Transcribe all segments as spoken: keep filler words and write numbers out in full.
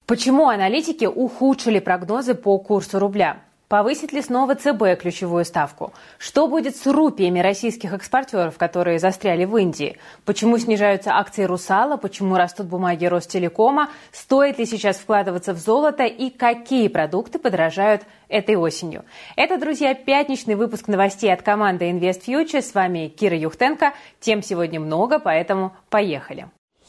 Почему аналитики ухудшили прогнозы по курсу рубля? Повысит ли снова ЦБ ключевую ставку? Что будет с рупиями российских экспортеров, которые застряли в Индии? Почему снижаются акции «Русала»? Почему растут бумаги Ростелекома? Стоит ли сейчас вкладываться в золото? И какие продукты подорожают этой осенью? Это, друзья, пятничный выпуск новостей от команды InvestFuture. С вами Кира Юхтенко. Тем сегодня много, поэтому поехали.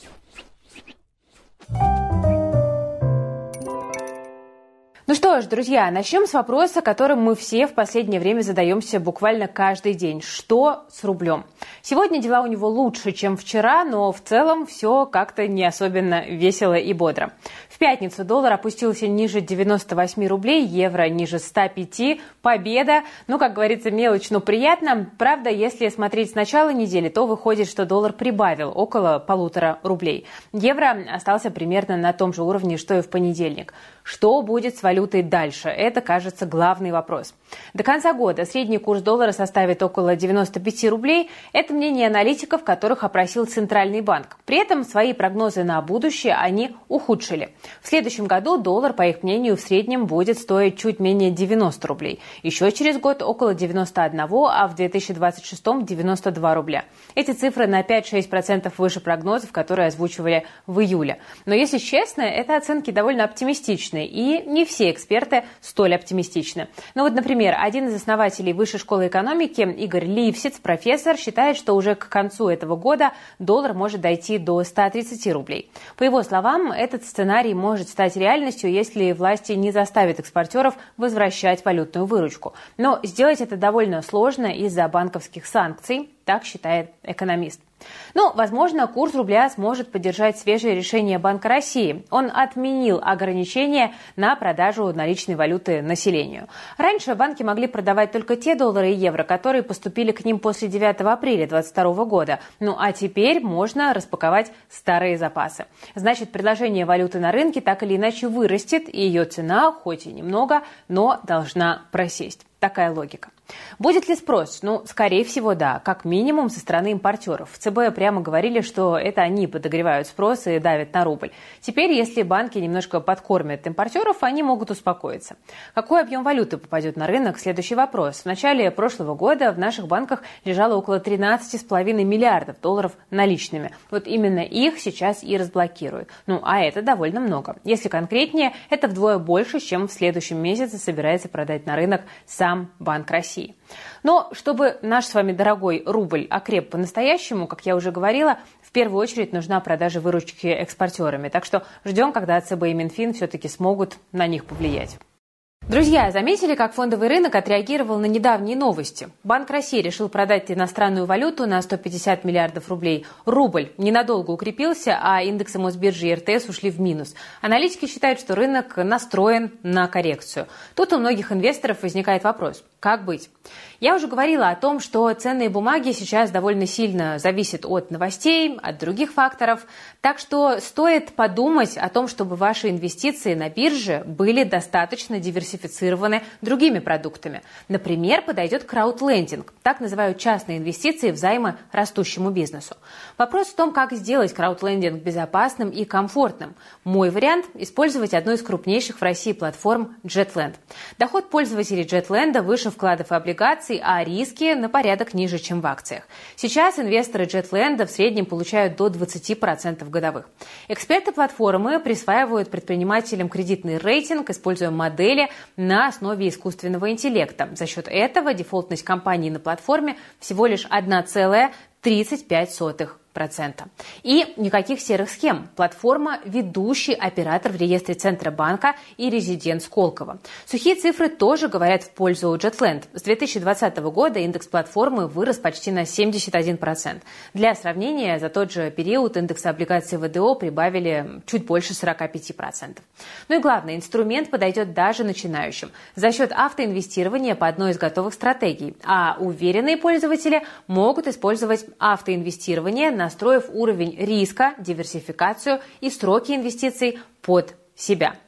Ну что ж, друзья, начнем с вопроса, которым мы все в последнее время задаемся буквально каждый день. Что с рублем? Сегодня дела у него лучше, чем вчера, но в целом все как-то не особенно весело и бодро. В пятницу доллар опустился ниже девяноста восьми рублей, евро ниже ста пяти. Победа. Ну, как говорится, мелочь, но приятно. Правда, если смотреть с начала недели, то выходит, что доллар прибавил около полутора рублей. Евро остался примерно на том же уровне, что и в понедельник. Что будет с валютой дальше? Это, кажется, главный вопрос. До конца года средний курс доллара составит около девяноста пяти рублей. Это мнение аналитиков, которых опросил Центральный банк. При этом свои прогнозы на будущее они ухудшили. В следующем году доллар, по их мнению, в среднем будет стоить чуть менее девяноста рублей. Еще через год около девяноста одного, а в две тысячи двадцать шестом девяносто два рубля. Эти цифры на пять-шесть процентов выше прогнозов, которые озвучивали в июле. Но, если честно, это оценки довольно оптимистичные, и не все эксперты столь оптимистичны. Ну вот, например, один из основателей Высшей школы экономики, Игорь Ливсиц, профессор, считает, что уже к концу этого года доллар может дойти до ста тридцати рублей. По его словам, этот сценарий может стать реальностью, если власти не заставят экспортеров возвращать валютную выручку. Но сделать это довольно сложно из-за банковских санкций, так считает экономист. Ну, возможно, курс рубля сможет поддержать свежее решение Банка России. Он отменил ограничения на продажу наличной валюты населению. Раньше банки могли продавать только те доллары и евро, которые поступили к ним после девятого апреля две тысячи двадцать второго года. Ну, а теперь можно распаковать старые запасы. Значит, предложение валюты на рынке так или иначе вырастет, и ее цена, хоть и немного, но должна просесть. Такая логика. Будет ли спрос? Ну, скорее всего, да. Как минимум со стороны импортеров. В ЦБ прямо говорили, что это они подогревают спрос и давят на рубль. Теперь, если банки немножко подкормят импортеров, они могут успокоиться. Какой объем валюты попадет на рынок? Следующий вопрос. В начале прошлого года в наших банках лежало около тринадцати с половиной миллиардов долларов наличными. Вот именно их сейчас и разблокируют. Ну, а это довольно много. Если конкретнее, это вдвое больше, чем в следующем месяце собирается продать на рынок сам Банк России. Но чтобы наш с вами дорогой рубль окреп по-настоящему, как я уже говорила, в первую очередь нужна продажа выручки экспортерами. Так что ждем, когда ЦБ и Минфин все-таки смогут на них повлиять. Друзья, заметили, как фондовый рынок отреагировал на недавние новости? Банк России решил продать иностранную валюту на сто пятьдесят миллиардов рублей. Рубль ненадолго укрепился, а индексы Мосбиржи и эр тэ эс ушли в минус. Аналитики считают, что рынок настроен на коррекцию. Тут у многих инвесторов возникает вопрос: как быть? Я уже говорила о том, что ценные бумаги сейчас довольно сильно зависят от новостей, от других факторов. Так что стоит подумать о том, чтобы ваши инвестиции на бирже были достаточно диверсифицированы другими продуктами. Например, подойдет краудлендинг. Так называют частные инвестиции в займы растущему бизнесу. Вопрос в том, как сделать краудлендинг безопасным и комфортным. Мой вариант – использовать одну из крупнейших в России платформ JetLand. Доход пользователей JetLand выше вкладов и облигаций, а риски на порядок ниже, чем в акциях. Сейчас инвесторы JetLand в среднем получают до двадцати процентов годовых. Эксперты платформы присваивают предпринимателям кредитный рейтинг, используя модели на основе искусственного интеллекта. За счет этого дефолтность компании на платформе всего лишь одна целая тридцать пять сотых процента. И никаких серых схем. Платформа – ведущий оператор в реестре Центробанка и резидент Сколково. Сухие цифры тоже говорят в пользу JetLand. С две тысячи двадцатого года индекс платформы вырос почти на семьдесят один процент. Для сравнения, за тот же период индексы облигаций вэ дэ о прибавили чуть больше сорока пяти процентов. Ну и главное, инструмент подойдет даже начинающим за счет автоинвестирования по одной из готовых стратегий. А уверенные пользователи могут использовать автоинвестирование, настроив уровень риска, диверсификацию и сроки инвестиций под себя.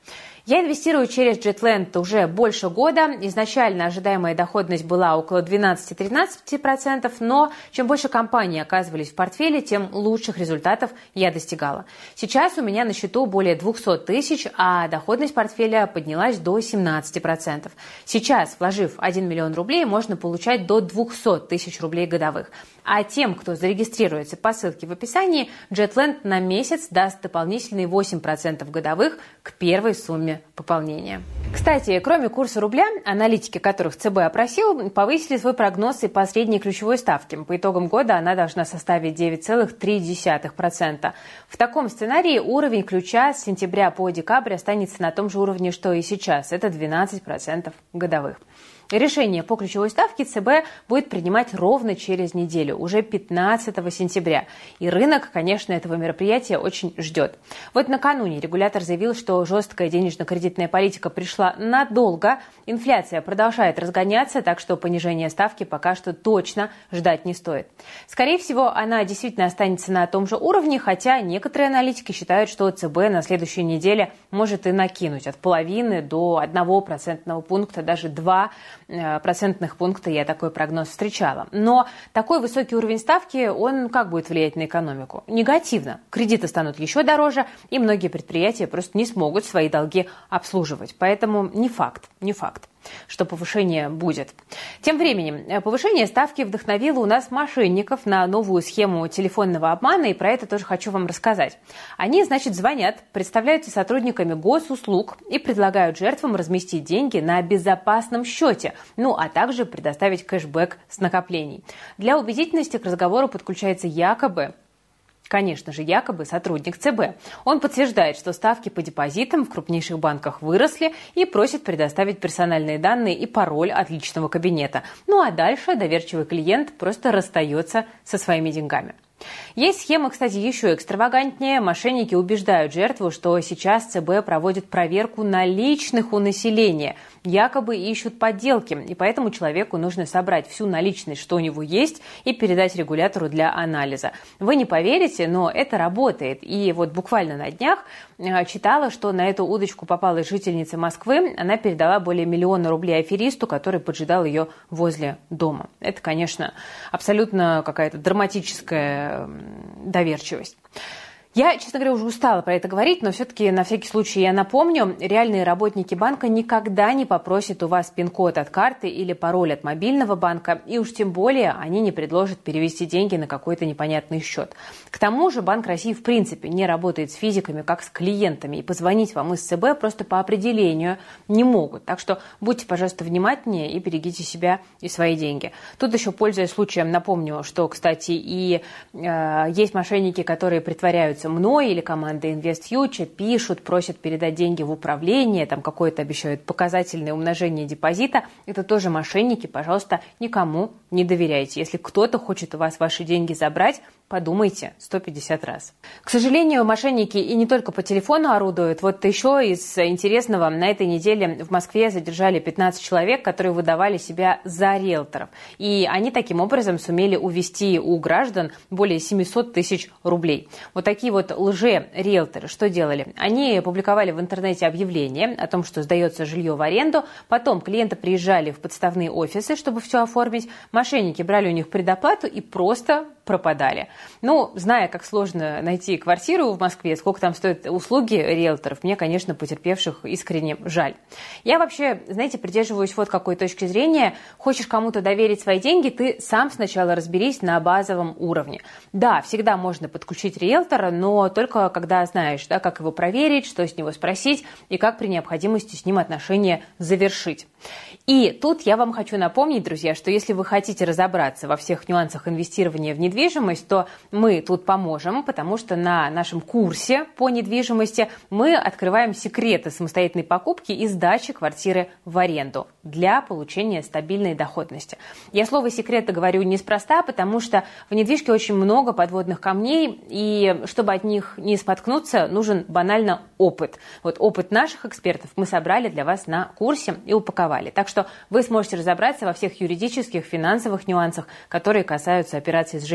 Я инвестирую через JetLand уже больше года. Изначально ожидаемая доходность была около двенадцать-тринадцать процентов, но чем больше компаний оказывались в портфеле, тем лучших результатов я достигала. Сейчас у меня на счету более двести тысяч, а доходность портфеля поднялась до семнадцати процентов. Сейчас, вложив один миллион рублей, можно получать до двухсот тысяч рублей годовых. А тем, кто зарегистрируется по ссылке в описании, JetLand на месяц даст дополнительные восемь процентов годовых к первой сумме пополнения. Кстати, кроме курса рубля, аналитики, которых ЦБ опросил, повысили свой прогноз и по средней ключевой ставке. По итогам года она должна составить девять целых три десятых процента. В таком сценарии уровень ключа с сентября по декабрь останется на том же уровне, что и сейчас. Это двенадцать процентов годовых. Решение по ключевой ставке ЦБ будет принимать ровно через неделю, уже пятнадцатого сентября. И рынок, конечно, этого мероприятия очень ждет. Вот накануне регулятор заявил, что жесткая денежно-кредитная политика пришла надолго. Инфляция продолжает разгоняться, так что понижение ставки пока что точно ждать не стоит. Скорее всего, она действительно останется на том же уровне, хотя некоторые аналитики считают, что ЦБ на следующей неделе может и накинуть от половины до одного процентного пункта, даже два процентных пункта, я такой прогноз встречала. Но такой высокий уровень ставки, он как будет влиять на экономику? Негативно. Кредиты станут еще дороже, и многие предприятия просто не смогут свои долги обслуживать. Поэтому не факт, не факт, что повышение будет. Тем временем, повышение ставки вдохновило у нас мошенников на новую схему телефонного обмана, и про это тоже хочу вам рассказать. Они, значит, звонят, представляются сотрудниками госуслуг и предлагают жертвам разместить деньги на безопасном счете, ну а также предоставить кэшбэк с накоплений. Для убедительности к разговору подключается якобы Конечно же, якобы сотрудник ЦБ. Он подтверждает, что ставки по депозитам в крупнейших банках выросли и просит предоставить персональные данные и пароль от личного кабинета. Ну а дальше доверчивый клиент просто расстается со своими деньгами. Есть схема, кстати, еще экстравагантнее. Мошенники убеждают жертву, что сейчас ЦБ проводит проверку наличных у населения. Якобы ищут подделки, и поэтому человеку нужно собрать всю наличность, что у него есть, и передать регулятору для анализа. Вы не поверите, но это работает. И вот буквально на днях читала, что на эту удочку попалась жительница Москвы. Она передала более миллиона рублей аферисту, который поджидал ее возле дома. Это, конечно, абсолютно какая-то драматическая доверчивость. Я, честно говоря, уже устала про это говорить, но все-таки на всякий случай я напомню, реальные работники банка никогда не попросят у вас пин-код от карты или пароль от мобильного банка, и уж тем более они не предложат перевести деньги на какой-то непонятный счет. К тому же Банк России в принципе не работает с физиками, как с клиентами, и позвонить вам из ЦБ просто по определению не могут. Так что будьте, пожалуйста, внимательнее и берегите себя и свои деньги. Тут еще, пользуясь случаем, напомню, что, кстати, и э, есть мошенники, которые притворяются мной или командой InvestFuture, пишут, просят передать деньги в управление, там какое-то обещают показательное умножение депозита. Это тоже мошенники, пожалуйста, никому не доверяйте. Если кто-то хочет у вас ваши деньги забрать, подумайте сто пятьдесят раз. К сожалению, мошенники и не только по телефону орудуют. Вот еще из интересного, на этой неделе в Москве задержали пятнадцать человек, которые выдавали себя за риэлторов. И они таким образом сумели увести у граждан более семисот тысяч рублей. Вот такие вот лже-риэлторы что делали? Они публиковали в интернете объявление о том, что сдается жилье в аренду. Потом клиенты приезжали в подставные офисы, чтобы все оформить. Мошенники брали у них предоплату и просто пропадали. Ну, зная, как сложно найти квартиру в Москве, сколько там стоят услуги риэлторов, мне, конечно, потерпевших искренне жаль. Я вообще, знаете, придерживаюсь вот какой точки зрения. Хочешь кому-то доверить свои деньги, ты сам сначала разберись на базовом уровне. Да, всегда можно подключить риэлтора, но только когда знаешь, да, как его проверить, что с него спросить и как при необходимости с ним отношения завершить. И тут я вам хочу напомнить, друзья, что если вы хотите разобраться во всех нюансах инвестирования в недвижимость, то мы тут поможем, потому что на нашем курсе по недвижимости мы открываем секреты самостоятельной покупки и сдачи квартиры в аренду для получения стабильной доходности. Я слово «секреты» говорю неспроста, потому что в недвижке очень много подводных камней, и чтобы от них не споткнуться, нужен банально опыт. Вот опыт наших экспертов мы собрали для вас на курсе и упаковали. Так что вы сможете разобраться во всех юридических, финансовых нюансах, которые касаются операций с жильем.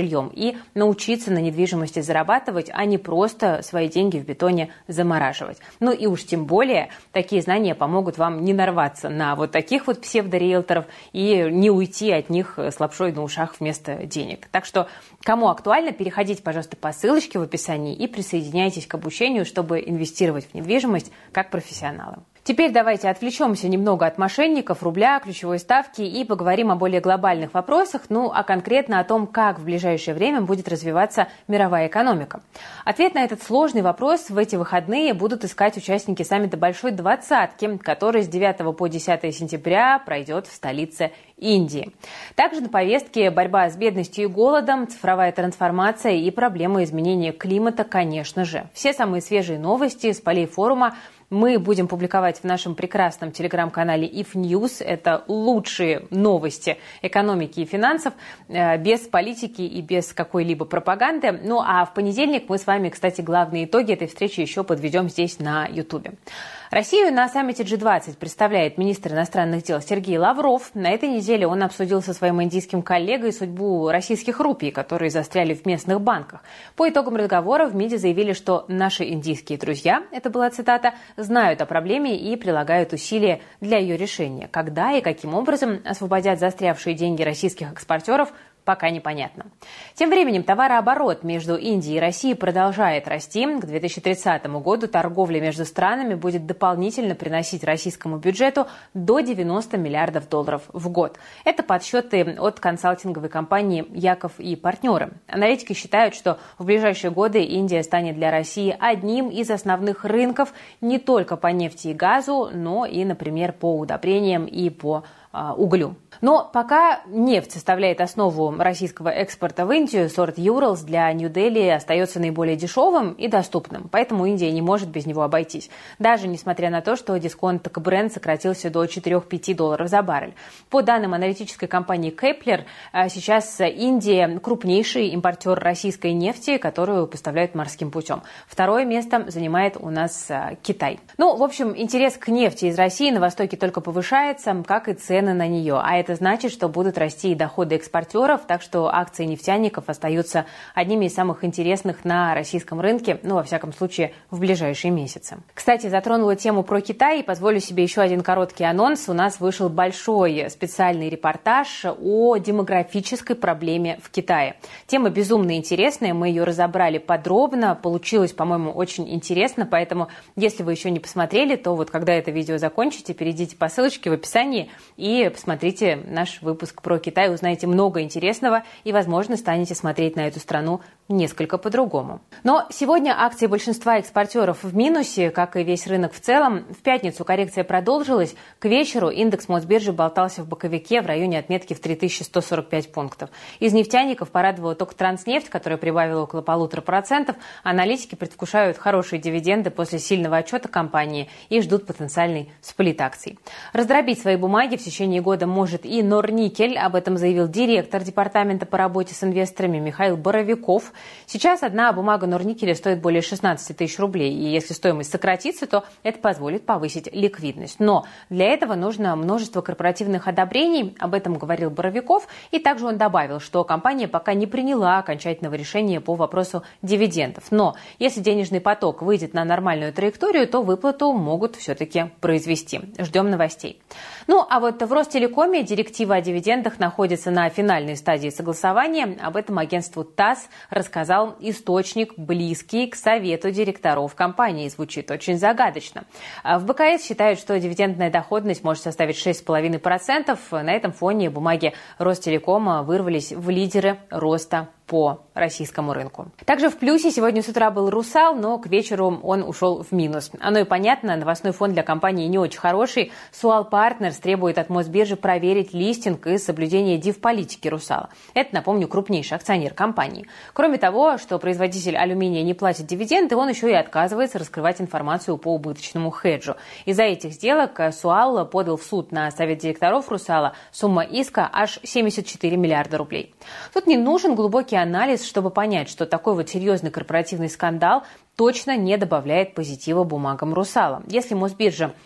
жильем и научиться на недвижимости зарабатывать, а не просто свои деньги в бетоне замораживать. Ну и уж тем более такие знания помогут вам не нарваться на вот таких вот псевдориэлторов и не уйти от них с лапшой на ушах вместо денег. Так что, кому актуально, переходите, пожалуйста, по ссылочке в описании и присоединяйтесь к обучению, чтобы инвестировать в недвижимость как профессионалы. Теперь давайте отвлечемся немного от мошенников, рубля, ключевой ставки и поговорим о более глобальных вопросах, ну а конкретно о том, как в ближайшее время будет развиваться мировая экономика. Ответ на этот сложный вопрос в эти выходные будут искать участники саммита Большой Двадцатки, который с девятого по десятое сентября пройдет в столице Индии. Также на повестке борьба с бедностью и голодом, цифровая трансформация и проблемы изменения климата, конечно же. Все самые свежие новости с полей форума мы будем публиковать в нашем прекрасном телеграм-канале ай эф News. Это лучшие новости экономики и финансов, без политики и без какой-либо пропаганды. Ну а в понедельник мы с вами, кстати, главные итоги этой встречи еще подведем здесь на Ютубе. Россию на саммите джи двадцать представляет министр иностранных дел Сергей Лавров. На этой неделе он обсудил со своим индийским коллегой судьбу российских рупий, которые застряли в местных банках. По итогам разговора в МИДе заявили, что наши индийские друзья, это была цитата, знают о проблеме и прилагают усилия для ее решения. Когда и каким образом освободят застрявшие деньги российских экспортеров, пока непонятно. Тем временем товарооборот между Индией и Россией продолжает расти. К две тысячи тридцатому году торговля между странами будет дополнительно приносить российскому бюджету до девяноста миллиардов долларов в год. Это подсчеты от консалтинговой компании «Яков и партнеры». Аналитики считают, что в ближайшие годы Индия станет для России одним из основных рынков не только по нефти и газу, но и, например, по удобрениям и по углю. Но пока нефть составляет основу российского экспорта в Индию, сорт Urals для Нью-Дели остается наиболее дешевым и доступным, поэтому Индия не может без него обойтись, даже несмотря на то, что дисконт к Brent сократился до четыре-пять долларов за баррель. По данным аналитической компании Kepler, сейчас Индия крупнейший импортер российской нефти, которую поставляют морским путем. Второе место занимает у нас Китай. Ну, в общем, интерес к нефти из России на Востоке только повышается, как и цены на нее, а это значит, что будут расти и доходы экспортеров, так что акции нефтяников остаются одними из самых интересных на российском рынке, ну, во всяком случае, в ближайшие месяцы. Кстати, затронула тему про Китай и позволю себе еще один короткий анонс. У нас вышел большой специальный репортаж о демографической проблеме в Китае. Тема безумно интересная, мы ее разобрали подробно, получилось, по-моему, очень интересно, поэтому, если вы еще не посмотрели, то вот когда это видео закончите, перейдите по ссылочке в описании и посмотрите наш выпуск про Китай, узнаете много интересного и, возможно, станете смотреть на эту страну несколько по-другому. Но сегодня акции большинства экспортеров в минусе, как и весь рынок в целом. В пятницу коррекция продолжилась. К вечеру индекс Мосбиржи болтался в боковике в районе отметки в три тысячи сто сорок пять пунктов. Из нефтяников порадовала только Транснефть, которая прибавила около полутора процентов. Аналитики предвкушают хорошие дивиденды после сильного отчета компании и ждут потенциальный сплит акций. Раздробить свои бумаги в течение года может и Норникель. Об этом заявил директор департамента по работе с инвесторами Михаил Боровиков. Сейчас одна бумага Норникеля стоит более шестнадцати тысяч рублей, и если стоимость сократится, то это позволит повысить ликвидность. Но для этого нужно множество корпоративных одобрений, об этом говорил Боровиков, и также он добавил, что компания пока не приняла окончательного решения по вопросу дивидендов. Но если денежный поток выйдет на нормальную траекторию, то выплату могут все-таки произвести. Ждем новостей. Ну, а вот в Ростелекоме директива о дивидендах находится на финальной стадии согласования. Об этом агентству ТАСС рассказал источник, близкий к совету директоров компании. Звучит очень загадочно. В БКС считают, что дивидендная доходность может составить шесть целых пять десятых процента. На этом фоне бумаги Ростелекома вырвались в лидеры роста по российскому рынку. Также в плюсе сегодня с утра был «Русал», но к вечеру он ушел в минус. Оно и понятно, новостной фон для компании не очень хороший. Суал Партнерс требует от Мосбиржи проверить листинг и соблюдение див-политики «Русала». Это, напомню, крупнейший акционер компании. Кроме того, что производитель алюминия не платит дивиденды, он еще и отказывается раскрывать информацию по убыточному хеджу. Из-за этих сделок Суал подал в суд на совет директоров «Русала». Сумма иска аж семьдесят четыре миллиарда рублей. Тут не нужен глубокий анализ, чтобы понять, что такой вот серьезный корпоративный скандал точно не добавляет позитива бумагам «Русала». Если Мосбиржа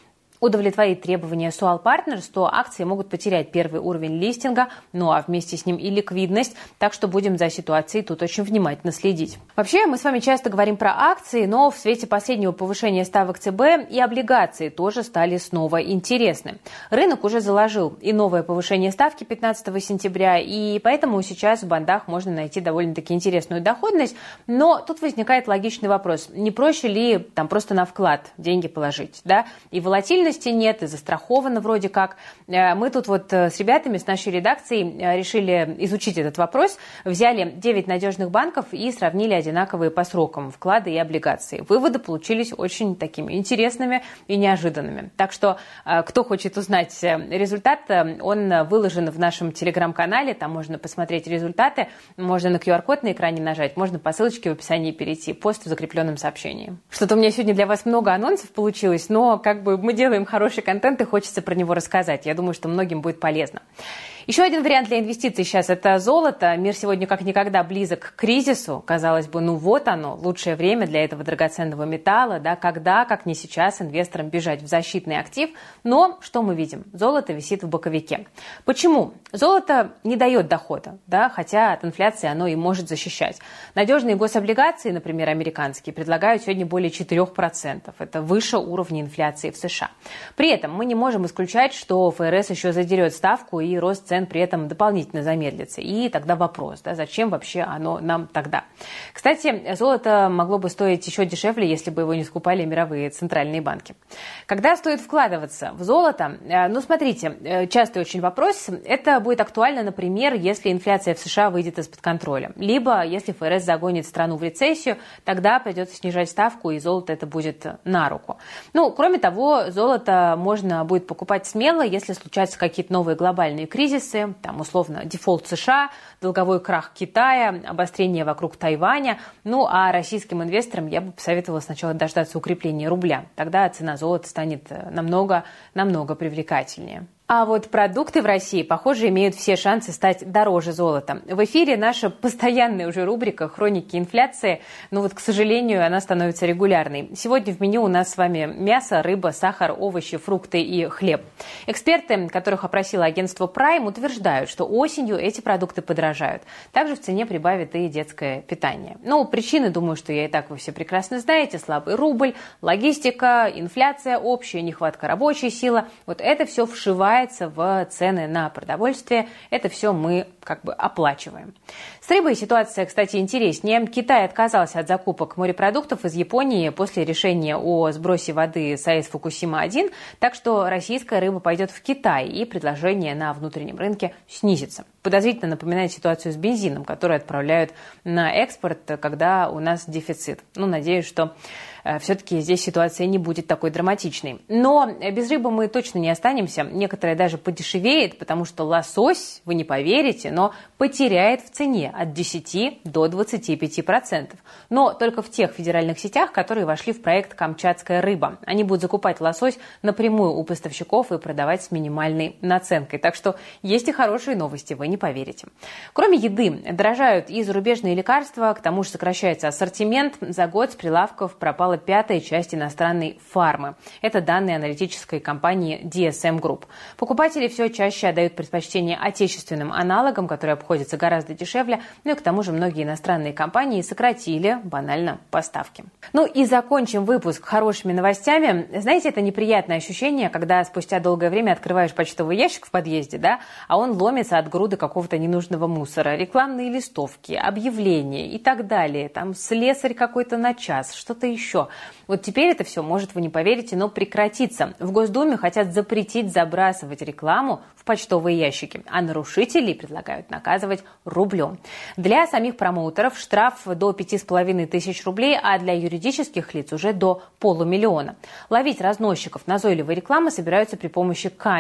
удовлетворит требования Sual Partners, то акции могут потерять первый уровень листинга, ну а вместе с ним и ликвидность, так что будем за ситуацией тут очень внимательно следить. Вообще, мы с вами часто говорим про акции, но в свете последнего повышения ставок ЦБ и облигации тоже стали снова интересны. Рынок уже заложил и новое повышение ставки пятнадцатого сентября, и поэтому сейчас в бандах можно найти довольно-таки интересную доходность, но тут возникает логичный вопрос, не проще ли там просто на вклад деньги положить, да, и волатильности нет, и застраховано вроде как. Мы тут вот с ребятами, с нашей редакцией решили изучить этот вопрос, взяли девять надежных банков и сравнили одинаковые по срокам вклады и облигации. Выводы получились очень такими интересными и неожиданными. Так что, кто хочет узнать результат, он выложен в нашем телеграм-канале, там можно посмотреть результаты, можно на ку ар код на экране нажать, можно по ссылочке в описании перейти, пост в закрепленном сообщении. Что-то у меня сегодня для вас много анонсов получилось, но как бы мы делаем хороший контент и хочется про него рассказать. Я думаю, что многим будет полезно. Еще один вариант для инвестиций сейчас – это золото. Мир сегодня как никогда близок к кризису. Казалось бы, ну вот оно, лучшее время для этого драгоценного металла. Да, когда, как не сейчас, инвесторам бежать в защитный актив. Но что мы видим? Золото висит в боковике. Почему? Золото не дает дохода, да, хотя от инфляции оно и может защищать. Надежные гособлигации, например, американские, предлагают сегодня более четырех процентов. Это выше уровня инфляции в США. При этом мы не можем исключать, что эф эр эс еще задерет ставку и рост цен при этом дополнительно замедлится. И тогда вопрос, да, зачем вообще оно нам тогда? Кстати, золото могло бы стоить еще дешевле, если бы его не скупали мировые центральные банки. Когда стоит вкладываться в золото? Ну, смотрите, частый очень вопрос. Это будет актуально, например, если инфляция в США выйдет из-под контроля. Либо если эф эр эс загонит страну в рецессию, тогда придется снижать ставку, и золото это будет на руку. Ну, кроме того, золото можно будет покупать смело, если случаются какие-то новые глобальные кризисы, там, условно, дефолт США, долговой крах Китая, обострение вокруг Тайваня. Ну, а российским инвесторам я бы посоветовала сначала дождаться укрепления рубля. Тогда цена золота станет намного, намного привлекательнее. А вот продукты в России, похоже, имеют все шансы стать дороже золота. В эфире наша постоянная уже рубрика «Хроники инфляции». Но вот, к сожалению, она становится регулярной. Сегодня в меню у нас с вами мясо, рыба, сахар, овощи, фрукты и хлеб. Эксперты, которых опросило агентство Prime, утверждают, что осенью эти продукты подорожают. Также в цене прибавит и детское питание. Ну, причины, думаю, что я и так вы все прекрасно знаете. Слабый рубль, логистика, инфляция, общая нехватка рабочей силы. Вот это все вшивается в цены на продовольствие. Это все мы как бы оплачиваем. С рыбой ситуация, кстати, интереснее. Китай отказался от закупок морепродуктов из Японии после решения о сбросе воды с АЭС Фукусима-один, так что российская рыба пойдет в Китай, и предложение на внутреннем рынке снизится. Подозрительно напоминает ситуацию с бензином, который отправляют на экспорт, когда у нас дефицит. Ну, надеюсь, что э, все-таки здесь ситуация не будет такой драматичной. Но без рыбы мы точно не останемся. Некоторые даже подешевеет, потому что лосось, вы не поверите, но потеряет в цене от десяти до двадцати пяти процентов. Но только в тех федеральных сетях, которые вошли в проект «Камчатская рыба». Они будут закупать лосось напрямую у поставщиков и продавать с минимальной наценкой. Так что есть и хорошие новости, вы не поверите. Кроме еды, дорожают и зарубежные лекарства, к тому же сокращается ассортимент. За год с прилавков пропала пятая часть иностранной фармы. Это данные аналитической компании ди эс эм Group. Покупатели все чаще отдают предпочтение отечественным аналогам, которые обходятся гораздо дешевле, ну и к тому же многие иностранные компании сократили банально поставки. Ну и закончим выпуск хорошими новостями. Знаете, это неприятное ощущение, когда спустя долгое время открываешь почтовый ящик в подъезде, да, а он ломится от груды какого-то ненужного мусора, рекламные листовки, объявления и так далее, там слесарь какой-то на час, что-то еще. Вот теперь это все, может, вы не поверите, но прекратится. В Госдуме хотят запретить забрасывать рекламу в почтовые ящики, а нарушителей предлагают наказывать рублем. Для самих промоутеров штраф до пяти с половиной тысяч рублей, а для юридических лиц уже до полумиллиона. Ловить разносчиков назойливой рекламы собираются при помощи камер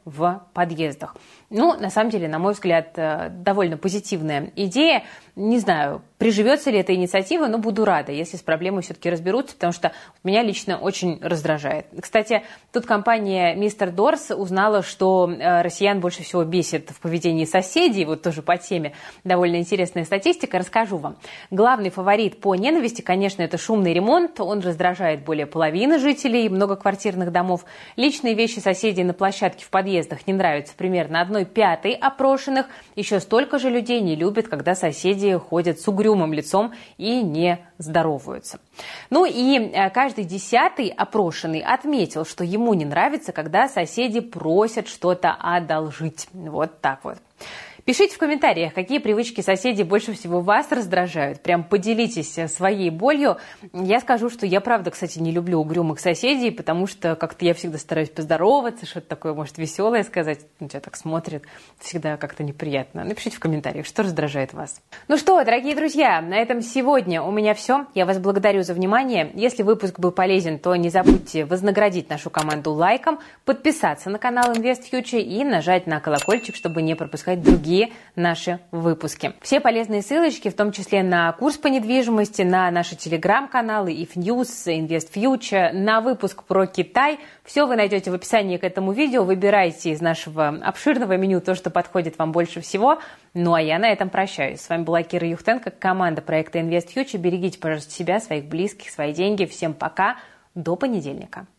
в подъездах. Ну, на самом деле, на мой взгляд, довольно позитивная идея. Не знаю, приживется ли эта инициатива, но буду рада, если с проблемой все-таки разберутся, потому что меня лично очень раздражает. Кстати, тут компания мистер Дорс узнала, что россиян больше всего бесит в поведении соседей, вот тоже по теме, довольно интересная статистика, расскажу вам. Главный фаворит по ненависти, конечно, это шумный ремонт, он раздражает более половины жителей многоквартирных домов. Личные вещи соседей на площадке в подъездах не нравятся примерно одной пятой опрошенных, еще столько же людей не любят, когда соседи ходят с угрюмым лицом и не здороваются. Ну и каждый десятый опрошенный отметил, что ему не нравится, когда соседи просят что-то одолжить. Вот так вот. Пишите в комментариях, какие привычки соседей больше всего вас раздражают. Прям поделитесь своей болью. Я скажу, что я правда, кстати, не люблю угрюмых соседей, потому что как-то я всегда стараюсь поздороваться, что-то такое, может, веселое сказать. На тебя так смотрят, всегда как-то неприятно. Напишите в комментариях, что раздражает вас. Ну что, дорогие друзья, на этом сегодня у меня все. Я вас благодарю за внимание. Если выпуск был полезен, то не забудьте вознаградить нашу команду лайком, подписаться на канал InvestFuture и нажать на колокольчик, чтобы не пропускать другие наши выпуски. Все полезные ссылочки, в том числе на курс по недвижимости, на наши телеграм-каналы IfNews, InvestFuture, на выпуск про Китай, все вы найдете в описании к этому видео. Выбирайте из нашего обширного меню то, что подходит вам больше всего. Ну а я на этом прощаюсь. С вами была Кира Юхтенко, команда проекта InvestFuture. Берегите, пожалуйста, себя, своих близких, свои деньги. Всем пока. До понедельника.